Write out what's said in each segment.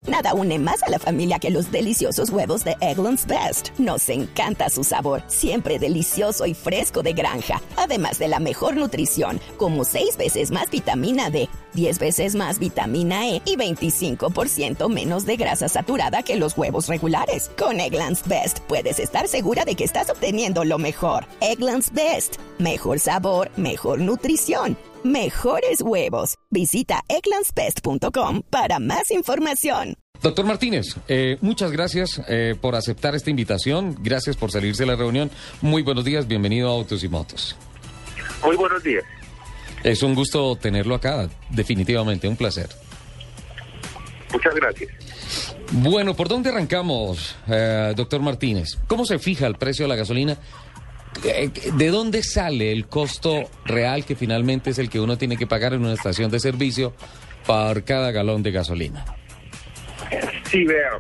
Nada une más a la familia que los deliciosos huevos de Eggland's Best. Nos encanta su sabor, siempre delicioso y fresco de granja. Además de la mejor nutrición, como 6 veces más vitamina D, 10 veces más vitamina E y 25% menos de grasa saturada que los huevos regulares. Con Eggland's Best puedes estar segura de que estás obteniendo lo mejor. Eggland's Best. Mejor sabor, mejor nutrición, mejores huevos. Visita egglandsbest.com para más información. Doctor Martínez, muchas gracias por aceptar esta invitación. Gracias por salirse de la reunión. Muy buenos días, bienvenido a Autos y Motos. Muy buenos días. Es un gusto tenerlo acá, definitivamente, un placer. Muchas gracias. Bueno, ¿por dónde arrancamos, doctor Martínez? ¿Cómo se fija el precio de la gasolina? ¿De dónde sale el costo real que finalmente es el que uno tiene que pagar en una estación de servicio por cada galón de gasolina? Sí, vea,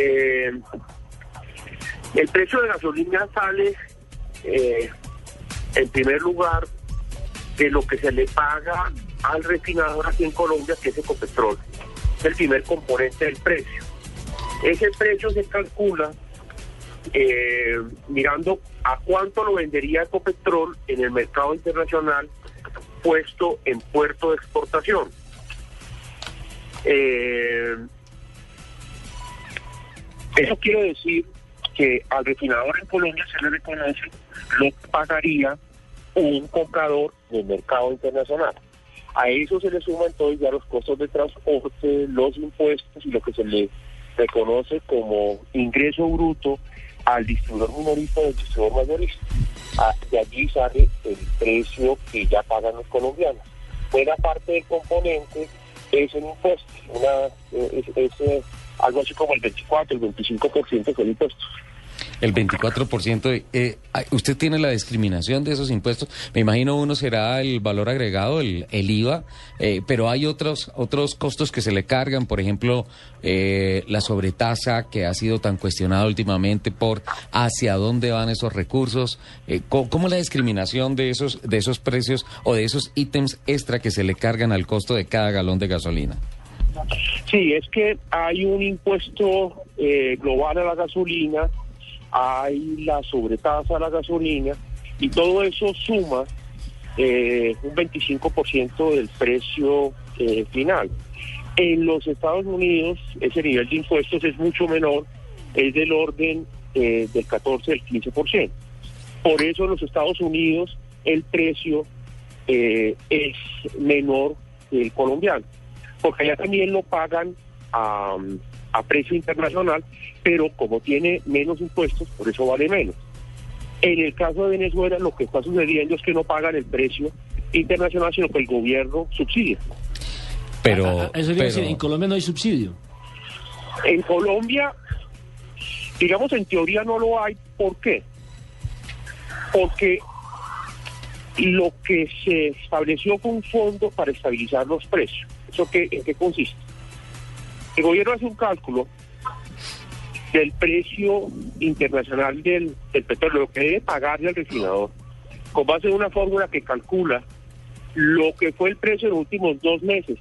el precio de gasolina sale, en primer lugar, de lo que se le paga al refinador aquí en Colombia, que es Ecopetrol. Es el primer componente del precio. Ese precio se calcula mirando a cuánto lo vendería Ecopetrol en el mercado internacional puesto en puerto de exportación. Eso quiere decir que al refinador en Colombia se le reconoce lo que pagaría un comprador del mercado internacional. A eso se le suman entonces ya los costos de transporte, los impuestos y lo que se le reconoce como ingreso bruto al distribuidor minorista del distribuidor mayorista. De allí sale el precio que ya pagan los colombianos. Buena parte del componente es el impuesto, es algo así como el 24, el 25% son impuestos. El 24%. ¿Usted tiene la discriminación de esos impuestos? Me imagino uno será el valor agregado, el IVA, pero hay otros costos que se le cargan, por ejemplo, la sobretasa que ha sido tan cuestionada últimamente por hacia dónde van esos recursos. ¿Cómo es la discriminación de esos precios o de esos ítems extra que se le cargan al costo de cada galón de gasolina? Sí, es que hay un impuesto global a la gasolina, hay la sobretasa a la gasolina y todo eso suma un 25% del precio final. En los Estados Unidos ese nivel de impuestos es mucho menor, es del orden del 14, del 15%. Por eso en los Estados Unidos el precio es menor que el colombiano, porque allá también lo pagan a precio internacional, pero como tiene menos impuestos, por eso vale menos. En el caso de Venezuela lo que está sucediendo es que no pagan el precio internacional, sino que el gobierno subsidia. Pero decir, en Colombia no hay subsidio. En Colombia, digamos, en teoría no lo hay. ¿Por qué? Porque lo que se estableció fue un fondo para estabilizar los precios. ¿En qué consiste? El gobierno hace un cálculo del precio internacional del petróleo, lo que debe pagarle al refinador, con base en una fórmula que calcula lo que fue el precio en los últimos 2 meses,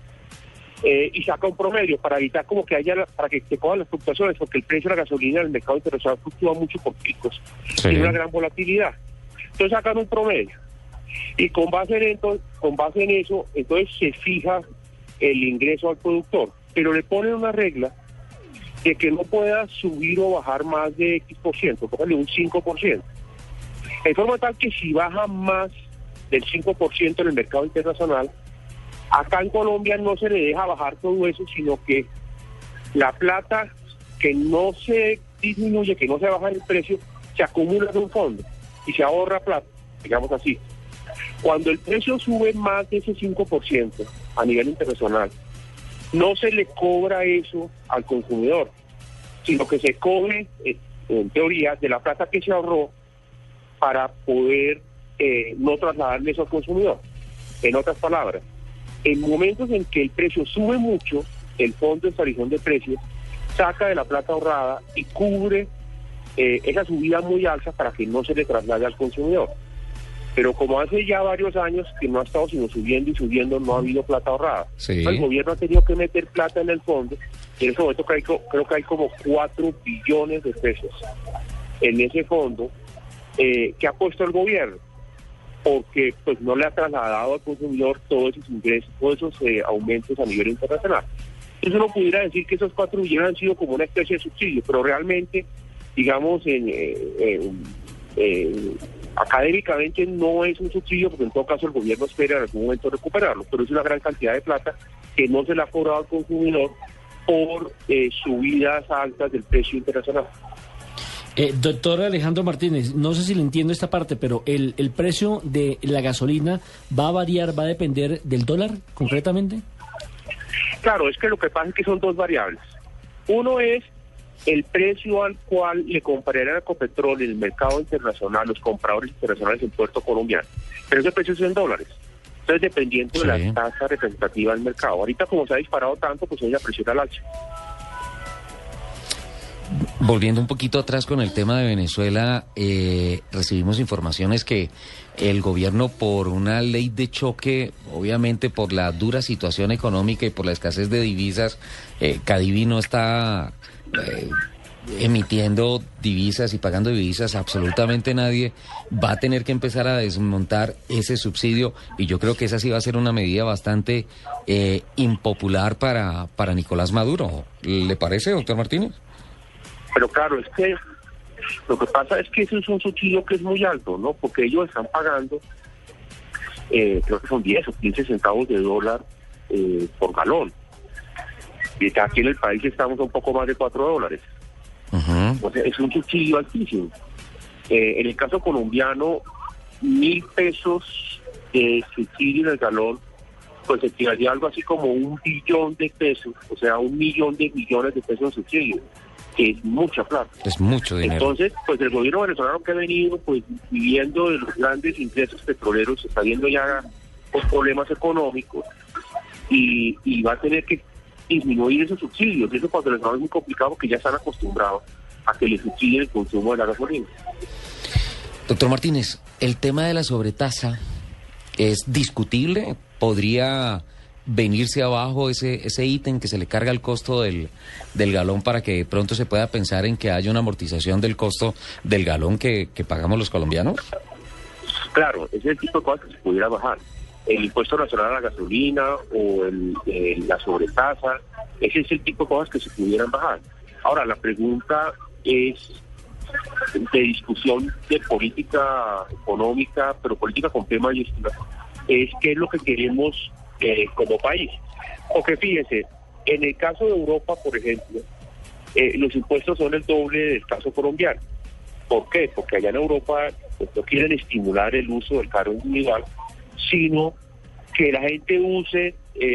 y saca un promedio para evitar para que se cojan las fluctuaciones, porque el precio de la gasolina en el mercado internacional fluctúa mucho por picos, tiene una gran volatilidad. Entonces sacan un promedio y con base en eso, entonces se fija el ingreso al productor, pero le ponen una regla de que no pueda subir o bajar más de X%, póngale un 5%. De forma tal que si baja más del 5% en el mercado internacional, acá en Colombia no se le deja bajar todo eso, sino que la plata que no se disminuye, que no se baja el precio, se acumula en un fondo y se ahorra plata, digamos así. Cuando el precio sube más de ese 5% a nivel internacional, no se le cobra eso al consumidor, sino que se cobre, en teoría, de la plata que se ahorró para poder no trasladarle eso al consumidor. En otras palabras, en momentos en que el precio sube mucho, el Fondo de Estabilización de Precios saca de la plata ahorrada y cubre esa subida muy alta para que no se le traslade al consumidor. Pero como hace ya varios años que no ha estado sino subiendo y subiendo, no ha habido plata ahorrada. Sí. El gobierno ha tenido que meter plata en el fondo, y en ese momento creo que hay como 4 billones de pesos en ese fondo que ha puesto el gobierno, porque pues no le ha trasladado al consumidor todos esos ingresos, todos esos aumentos a nivel internacional. Entonces uno pudiera decir que esos 4 billones han sido como una especie de subsidio, pero realmente, digamos, académicamente no es un subsidio, porque en todo caso el gobierno espera en algún momento recuperarlo, pero es una gran cantidad de plata que no se le ha cobrado al consumidor por subidas altas del precio internacional. Doctor Alejandro Martínez, no sé si le entiendo esta parte, pero el precio de la gasolina va a variar, va a depender del dólar, concretamente. Claro, es que lo que pasa es que son 2 variables. Uno es el precio al cual le comprarían a Ecopetrol en el mercado internacional, los compradores internacionales en Puerto Colombiano. Pero ese precio es en dólares. Entonces, dependiendo de la tasa representativa del mercado. Ahorita, como se ha disparado tanto, pues ella presiona al alza. Volviendo un poquito atrás con el tema de Venezuela, recibimos informaciones que el gobierno, por una ley de choque, obviamente por la dura situación económica y por la escasez de divisas, Cadivi no está emitiendo divisas y pagando divisas a absolutamente nadie, va a tener que empezar a desmontar ese subsidio, y yo creo que esa sí va a ser una medida bastante impopular para Nicolás Maduro. ¿Le parece, doctor Martínez? Pero claro, es que lo que pasa es que ese es un subsidio que es muy alto, ¿no? Porque ellos están pagando, creo que son 10 o 15 centavos de dólar por galón. Y aquí en el país estamos a un poco más de $4. Uh-huh. O sea, es un subsidio altísimo. En el caso colombiano, 1.000 pesos de subsidio en el galón, pues equivaldría a algo así como 1 billón de pesos, o sea, 1 millón de millones de pesos de subsidio, que es mucha plata. Es mucho dinero. Entonces, pues el gobierno venezolano, que ha venido pues viviendo de los grandes ingresos petroleros, está viendo ya pues, problemas económicos, y va a tener que disminuir esos subsidios. Eso para el venezolano es muy complicado, porque ya están acostumbrados a que le subsidien el consumo de la gasolina. Doctor Martínez, el tema de la sobretasa es discutible. ¿Podría venirse abajo ese ítem que se le carga el costo del galón, para que pronto se pueda pensar en que haya una amortización del costo del galón que pagamos los colombianos? Claro, ese es el tipo de cosas que se pudiera bajar. El impuesto nacional a la gasolina o la sobretasa, ese es el tipo de cosas que se pudieran bajar. Ahora, la pregunta es de discusión de política económica, pero política con P mayúscula, es qué es lo que queremos como país. Porque fíjense, en el caso de Europa, por ejemplo, los impuestos son el doble del caso colombiano. ¿Por qué? Porque allá en Europa pues, no quieren estimular el uso del carro individual, sino que la gente use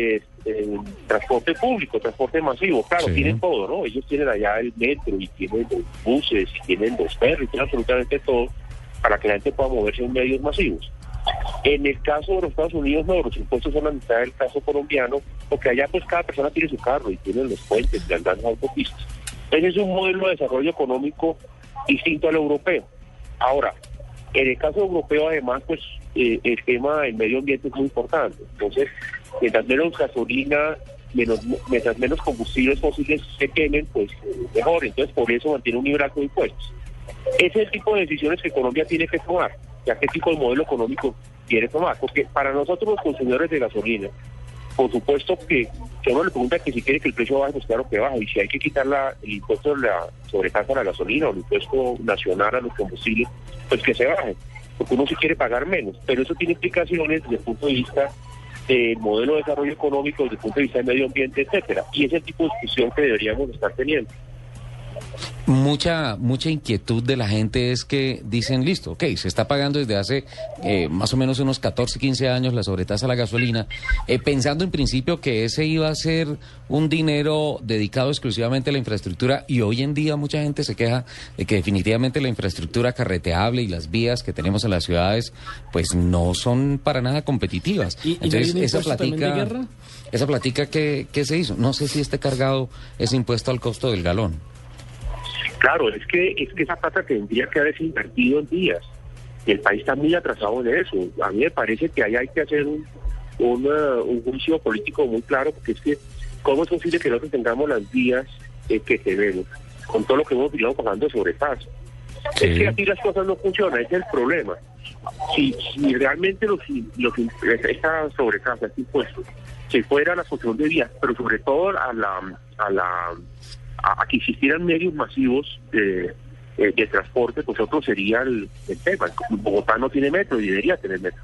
transporte público, transporte masivo. Claro, sí, tienen todo, ¿no? Ellos tienen allá el metro, y tienen los buses, y tienen los ferries, tienen absolutamente todo para que la gente pueda moverse en medios masivos. En el caso de los Estados Unidos, no, los impuestos son la mitad del caso colombiano, porque allá pues cada persona tiene su carro y tienen los puentes, las grandes autopistas. Ese es un modelo de desarrollo económico distinto al europeo. Ahora, en el caso europeo, además, pues el tema del medio ambiente es muy importante. Entonces, mientras menos gasolina, mientras menos combustibles fósiles se quemen, pues mejor. Entonces, por eso mantiene un nivel alto de impuestos. Ese es el tipo de decisiones que Colombia tiene que tomar. Ya qué tipo de modelo económico quiere tomar. Porque para nosotros los consumidores de gasolina, por supuesto que uno le pregunta que si quiere que el precio baje, pues claro que baja. Y si hay que quitar el impuesto de la sobretasa a la gasolina o el impuesto nacional a los combustibles, pues que se baje. Porque uno sí quiere pagar menos. Pero eso tiene implicaciones desde el punto de vista del modelo de desarrollo económico, desde el punto de vista del medio ambiente, etcétera. Y ese es el tipo de discusión que deberíamos estar teniendo. Mucha inquietud de la gente es que dicen, listo, ok, se está pagando desde hace más o menos unos 14, 15 años la sobretasa a la gasolina, pensando en principio que ese iba a ser un dinero dedicado exclusivamente a la infraestructura, y hoy en día mucha gente se queja de que definitivamente la infraestructura carreteable y las vías que tenemos en las ciudades pues no son para nada competitivas. Entonces, esa platica ¿qué se hizo? No sé si esté cargado ese impuesto al costo del galón. Claro, es que esa plata tendría que haberse invertido en vías. Y el país está muy atrasado en eso. A mí me parece que ahí hay que hacer un juicio político muy claro, porque es que ¿cómo es posible que nosotros tengamos las vías que tenemos, con todo lo que hemos venido pagando de sobrepaso? Sí. Es que así las cosas no funcionan, ese es el problema. Si realmente esta sobretasa, este impuesto, se fuera a la construcción de vías, pero sobre todo a que existieran medios masivos de transporte, pues otro sería el tema. Bogotá no tiene metro y debería tener metro.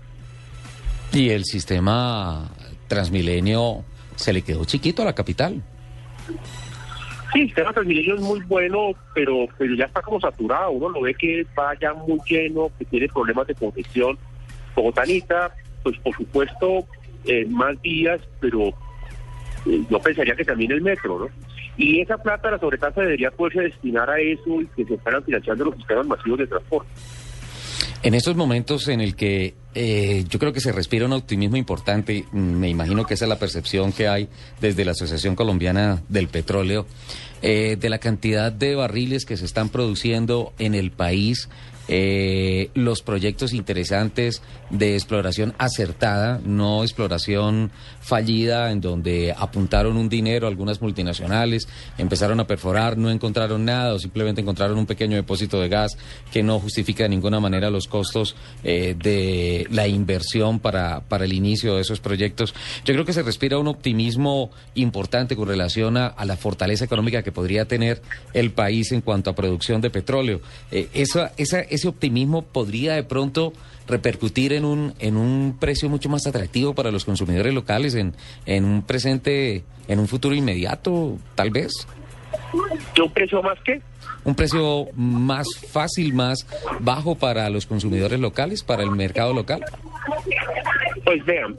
Y el sistema Transmilenio se le quedó chiquito a la capital. Sí, el sistema Transmilenio es muy bueno, pero ya está como saturado. Uno lo ve que va ya muy lleno, que tiene problemas de congestión. Bogotanita, pues por supuesto, más vías, pero yo pensaría que también el metro, ¿no? Y esa plata, la sobretasa, debería poderse destinar a eso y que se fueran financiando los sistemas masivos de transporte. En estos momentos en el que yo creo que se respira un optimismo importante, me imagino que esa es la percepción que hay desde la Asociación Colombiana del Petróleo, de la cantidad de barriles que se están produciendo en el país, los proyectos interesantes de exploración acertada, no exploración fallida, en donde apuntaron un dinero algunas multinacionales, empezaron a perforar, no encontraron nada o simplemente encontraron un pequeño depósito de gas que no justifica de ninguna manera los costos de la inversión para el inicio de esos proyectos. Yo creo que se respira un optimismo importante con relación a la fortaleza económica que podría tener el país en cuanto a producción de petróleo. Ese optimismo podría de pronto repercutir en un precio mucho más atractivo para los consumidores locales en un presente, en un futuro inmediato, tal vez. ¿Un precio más qué? Un precio más fácil, más bajo para los consumidores locales, para el mercado local. Pues vean,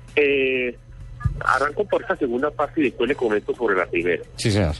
arranco por esta segunda parte y después le comento sobre la primera. Sí, señor.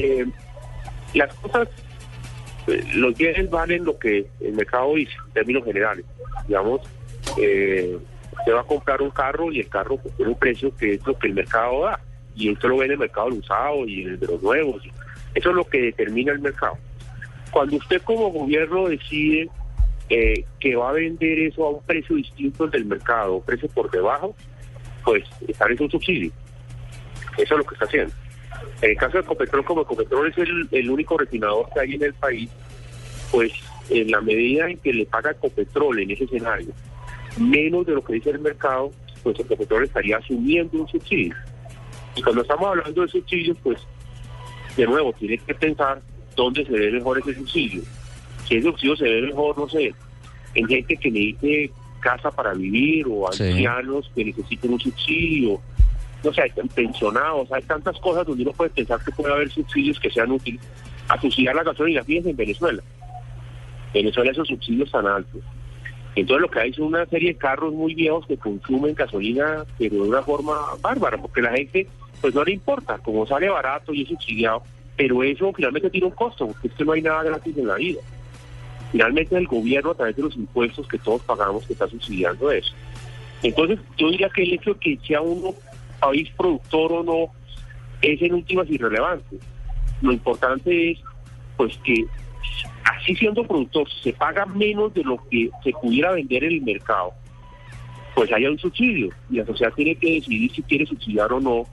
Las cosas, los bienes valen lo que el mercado dice, en términos generales. Digamos, usted va a comprar un carro y el carro pues, tiene un precio que es lo que el mercado da. Y usted lo ve en el mercado del usado y en el de los nuevos. Eso es lo que determina el mercado. Cuando usted como gobierno decide que va a vender eso a un precio distinto del mercado, un precio por debajo, pues establece un subsidio. Eso es lo que está haciendo. En el caso de Ecopetrol, como Ecopetrol es el único refinador que hay en el país, pues en la medida en que le paga Ecopetrol en ese escenario menos de lo que dice el mercado, pues Ecopetrol estaría asumiendo un subsidio. Y cuando estamos hablando de subsidios, pues de nuevo tiene que pensar dónde se ve mejor ese subsidio. Si ese subsidio se ve mejor, no sé, en gente que necesite casa para vivir o ancianos que necesiten un subsidio, no sé, hay pensionados, hay tantas cosas donde uno puede pensar que puede haber subsidios que sean útiles. A subsidiar la gasolina, fíjense en Venezuela. Venezuela esos subsidios tan altos. Entonces lo que hay son una serie de carros muy viejos que consumen gasolina, pero de una forma bárbara, porque la gente pues no le importa, como sale barato y es subsidiado, pero eso finalmente tiene un costo, porque es que no hay nada gratis en la vida. Finalmente el gobierno, a través de los impuestos que todos pagamos, que está subsidiando eso. Entonces yo diría que el hecho de que sea uno país productor o no es en últimas irrelevante. Lo importante es pues que así siendo productor se paga menos de lo que se pudiera vender en el mercado, pues haya un subsidio y la sociedad tiene que decidir si quiere subsidiar o no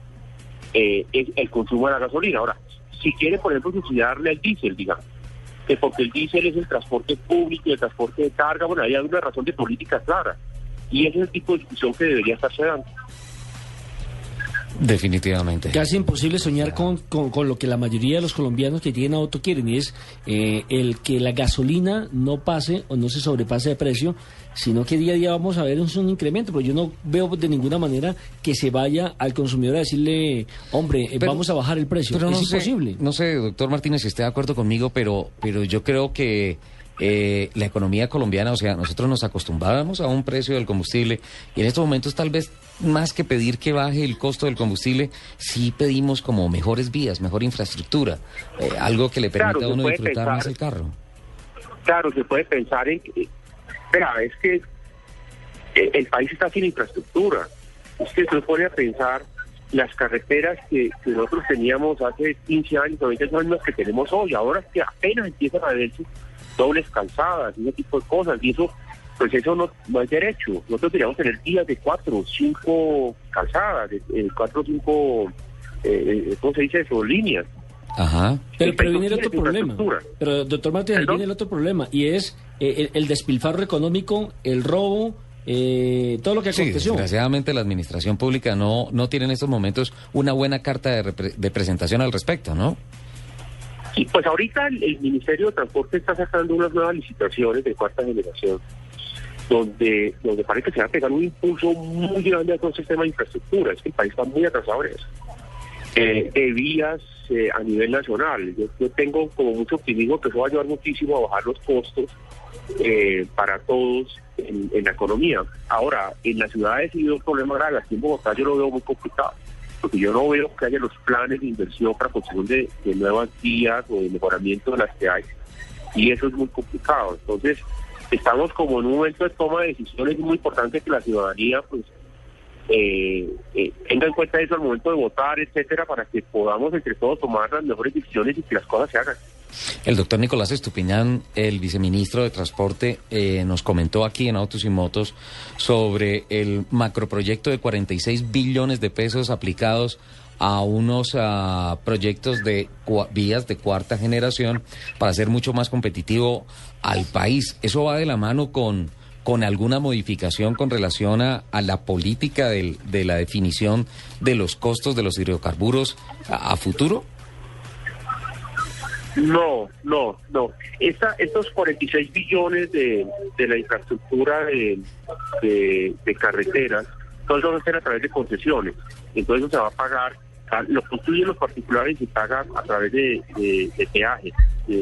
el consumo de la gasolina. Ahora, si quiere, por ejemplo, subsidiarle al diésel, digamos, que porque el diésel es el transporte público y el transporte de carga, bueno, hay una razón de política clara y ese es el tipo de discusión que debería estarse dando. Definitivamente. Casi imposible soñar con lo que la mayoría de los colombianos que tienen auto quieren, y es el que la gasolina no pase o no se sobrepase de precio, sino que día a día vamos a ver un incremento, pero yo no veo de ninguna manera que se vaya al consumidor a decirle, hombre, vamos a bajar el precio. Pero es imposible. No sé, doctor Martínez, si esté de acuerdo conmigo, pero yo creo que la economía colombiana, o sea, nosotros nos acostumbrábamos a un precio del combustible y en estos momentos tal vez más que pedir que baje el costo del combustible, sí pedimos como mejores vías, mejor infraestructura, algo que le permita a uno disfrutar más el carro. Claro, se puede pensar en que, es que el país está sin infraestructura. Es que se pone a pensar las carreteras que nosotros teníamos hace 15 años o 20 años las que tenemos hoy, ahora es que apenas empiezan a verse dobles calzadas y ese tipo de cosas, y eso pues eso no es derecho. Nosotros deberíamos tener días de 4 o 5 calzadas, de 4 o 5, ¿cómo se dice eso? Líneas. Ajá. Pero viene el otro problema. Pero, doctor Martínez, viene el otro problema, y es el despilfarro económico, el robo, todo lo que aconteció. Sí, desgraciadamente la administración pública no tiene en estos momentos una buena carta de presentación al respecto, ¿no? Sí, pues ahorita el Ministerio de Transporte está sacando unas nuevas licitaciones de cuarta generación, donde parece que se va a pegar un impulso muy grande a todo el sistema de infraestructura. Es que el país está muy atrasado en eso. De vías a nivel nacional. Yo tengo como mucho optimismo que eso va a ayudar muchísimo a bajar los costos para todos en la economía. Ahora, en las ciudades sí hay un problema grave. Aquí en Bogotá yo lo veo muy complicado, porque yo no veo que haya los planes de inversión para construcción de nuevas vías o de mejoramiento de las que hay, y eso es muy complicado. Entonces, estamos como en un momento de toma de decisiones muy importante que la ciudadanía pues tenga en cuenta eso al momento de votar, etcétera, para que podamos entre todos tomar las mejores decisiones y que las cosas se hagan. El doctor Nicolás Estupiñán, el viceministro de Transporte, nos comentó aquí en Autos y Motos sobre el macroproyecto de 46 billones de pesos aplicados a unos proyectos de vías de cuarta generación para hacer mucho más competitivo al país. ¿Eso va de la mano con alguna modificación con relación a la política de la definición de los costos de los hidrocarburos a futuro? No. Estos 46 billones de la infraestructura de carreteras, todos van a ser a través de concesiones. Entonces eso se va a pagar, lo construyen los particulares y se paga a través de peajes,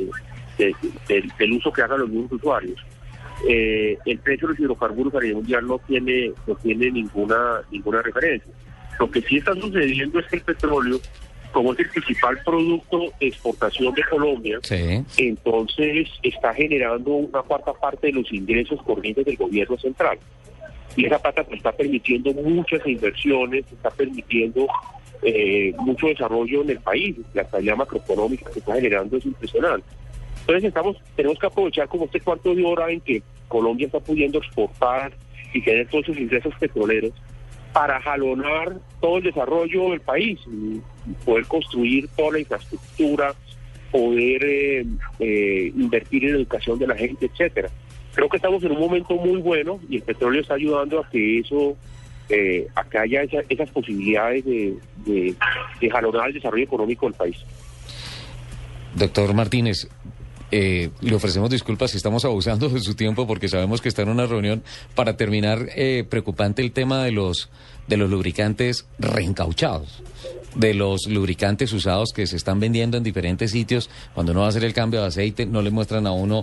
del uso que hagan los mismos usuarios. El precio de los hidrocarburos a nivel mundial no tiene ninguna referencia. Lo que sí está sucediendo es que el petróleo, como es el principal producto de exportación de Colombia, sí, entonces está generando una cuarta parte de los ingresos corrientes del gobierno central. Y esa plata pues, está permitiendo muchas inversiones, está permitiendo mucho desarrollo en el país. La estabilidad macroeconómica que está generando es impresionante. Entonces tenemos que aprovechar como este cuarto de hora en que Colombia está pudiendo exportar y tener todos esos ingresos petroleros para jalonar todo el desarrollo del país y poder construir toda la infraestructura, poder invertir en la educación de la gente, etcétera. Creo que estamos en un momento muy bueno y el petróleo está ayudando a que eso, a que haya esas posibilidades de jalonar el desarrollo económico del país. Doctor Martínez, le ofrecemos disculpas si estamos abusando de su tiempo porque sabemos que está en una reunión. Para terminar, preocupante el tema de los lubricantes reencauchados, de los lubricantes usados que se están vendiendo en diferentes sitios. Cuando uno va a hacer el cambio de aceite, no le muestran a uno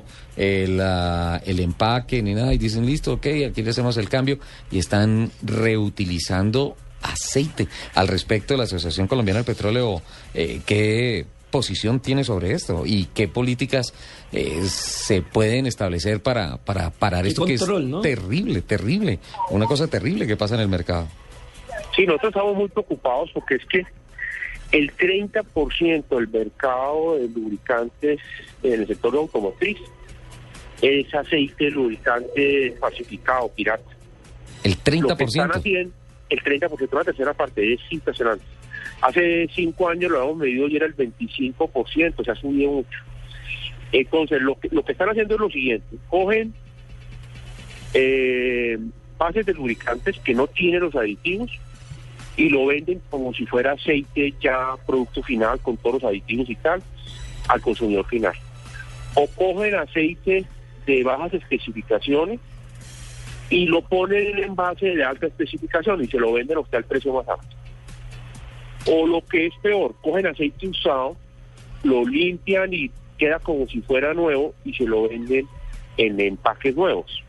el empaque ni nada y dicen, listo, ok, aquí le hacemos el cambio, y están reutilizando aceite. Al respecto de la Asociación Colombiana del Petróleo, ¿qué posición tiene sobre esto y qué políticas se pueden establecer para parar esto, control, que es, ¿no?, terrible, una cosa terrible que pasa en el mercado? Sí, nosotros estamos muy preocupados porque es que el 30% del mercado de lubricantes en el sector automotriz es aceite lubricante falsificado, pirata. ¿El 30%? Lo que están haciendo, el 30%, la tercera parte, es impresionante. Hace 5 años lo habíamos medido y era el 25%, se ha subido mucho. Entonces, lo que están haciendo es lo siguiente: cogen bases de lubricantes que no tienen los aditivos y lo venden como si fuera aceite ya producto final con todos los aditivos y tal al consumidor final. O cogen aceite de bajas especificaciones y lo ponen en envase de alta especificación y se lo venden a usted al precio más alto. O lo que es peor, cogen aceite usado, lo limpian y queda como si fuera nuevo y se lo venden en empaques nuevos.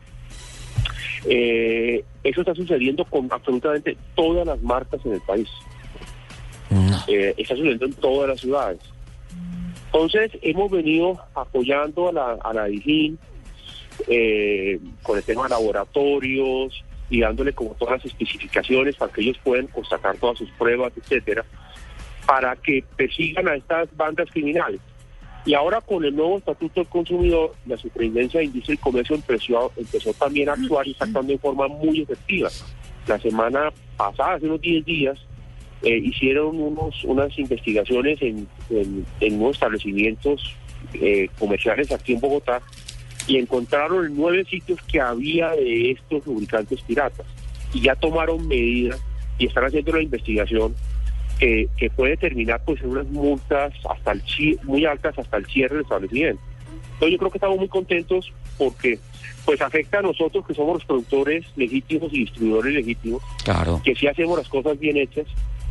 Eso está sucediendo con absolutamente todas las marcas en el país. Está sucediendo en todas las ciudades. Entonces, hemos venido apoyando a la DIJÍN con el tema de laboratorios y dándole como todas las especificaciones para que ellos puedan constatar todas sus pruebas, etcétera, para que persigan a estas bandas criminales. Y ahora con el nuevo Estatuto del Consumidor, la Superintendencia de Industria y Comercio empezó también a actuar y está actuando de forma muy efectiva. La semana pasada, hace unos 10 días, hicieron unas investigaciones en unos establecimientos comerciales aquí en Bogotá y encontraron 9 sitios que había de estos lubricantes piratas. Y ya tomaron medidas y están haciendo la investigación que puede terminar pues en unas multas muy altas hasta el cierre del establecimiento. Entonces yo creo que estamos muy contentos porque pues afecta a nosotros que somos los productores legítimos y distribuidores legítimos, claro, que sí hacemos las cosas bien hechas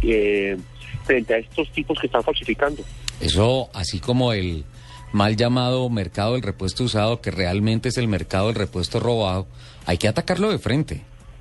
frente a estos tipos que están falsificando. Eso, así como el mal llamado mercado del repuesto usado, que realmente es el mercado del repuesto robado, hay que atacarlo de frente.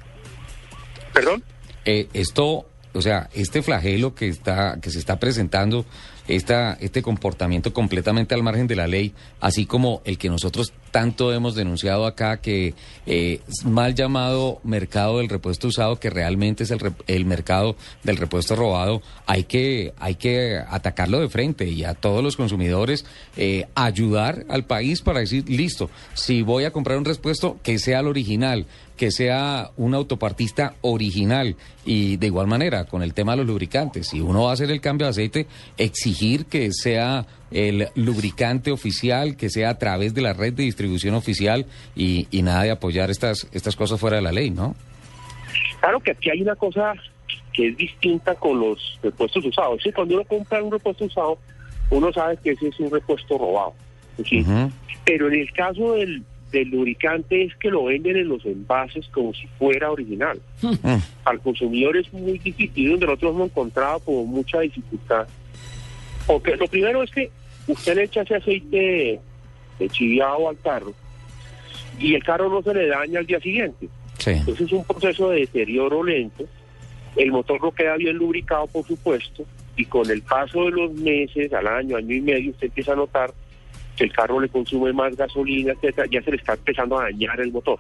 ¿Perdón? Esto, o sea, este flagelo que se está presentando, este comportamiento completamente al margen de la ley, así como el que nosotros tanto hemos denunciado acá, que mal llamado mercado del repuesto usado, que realmente es el mercado del repuesto robado, hay que atacarlo de frente y a todos los consumidores ayudar al país para decir, listo, si voy a comprar un repuesto, que sea el original, que sea un autopartista original. Y de igual manera, con el tema de los lubricantes, si uno va a hacer el cambio de aceite, exigir que sea el lubricante oficial, que sea a través de la red de distribución oficial y nada de apoyar estas cosas fuera de la ley, ¿no? Claro que aquí hay una cosa que es distinta con los repuestos usados. Sí, cuando uno compra un repuesto usado, uno sabe que ese es un repuesto robado. ¿Sí? Uh-huh. Pero en el caso del lubricante es que lo venden en los envases como si fuera original. Al consumidor es muy difícil, donde nosotros hemos encontrado como mucha dificultad. Porque lo primero es que usted le echa ese aceite de chiviado al carro y el carro no se le daña al día siguiente. Sí. Entonces es un proceso de deterioro lento, el motor no queda bien lubricado, por supuesto, y con el paso de los meses, al año y medio, usted empieza a notar que el carro le consume más gasolina, etcétera, ya se le está empezando a dañar el motor.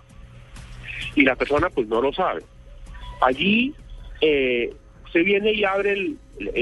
Y la persona pues no lo sabe. Allí usted viene y abre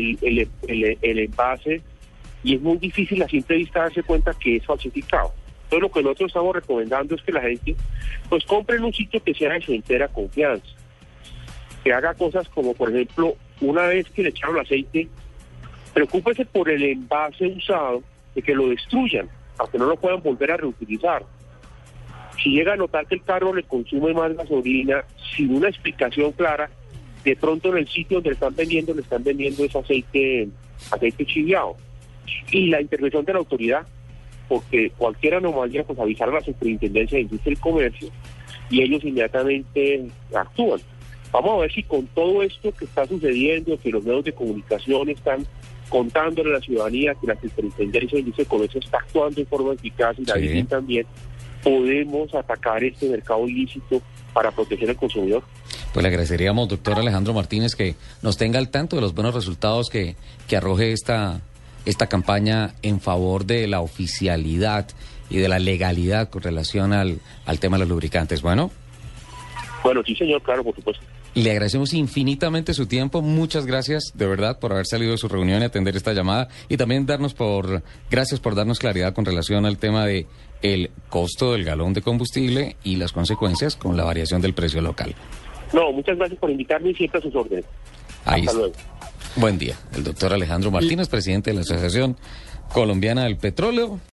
el envase y es muy difícil a simple vista darse cuenta que es falsificado. Entonces lo que nosotros estamos recomendando es que la gente pues compre en un sitio que sea de su entera confianza. Que haga cosas como, por ejemplo, una vez que le echaron aceite, preocúpese por el envase usado, de que lo destruyan, aunque no lo puedan volver a reutilizar. Si llega a notar que el carro le consume más gasolina, sin una explicación clara, de pronto en el sitio donde le están vendiendo ese aceite chiviado. Y la intervención de la autoridad, porque cualquier anomalía, pues avisar a la Superintendencia de Industria y Comercio, y ellos inmediatamente actúan. Vamos a ver si con todo esto que está sucediendo, que los medios de comunicación están contándole a la ciudadanía que la Superintendencia de Industria y Comercio está actuando de forma eficaz y la DICIN también, podemos atacar este mercado ilícito para proteger al consumidor. Pues le agradeceríamos, doctor Alejandro Martínez, que nos tenga al tanto de los buenos resultados que arroje esta campaña en favor de la oficialidad y de la legalidad con relación al tema de los lubricantes. Bueno, sí, señor, claro, por supuesto. Le agradecemos infinitamente su tiempo. Muchas gracias, de verdad, por haber salido de su reunión y atender esta llamada. Y también gracias por darnos claridad con relación al tema de el costo del galón de combustible y las consecuencias con la variación del precio local. No, muchas gracias por invitarme y siempre a sus órdenes. Hasta luego. Buen día. El doctor Alejandro Martínez, presidente de la Asociación Colombiana del Petróleo.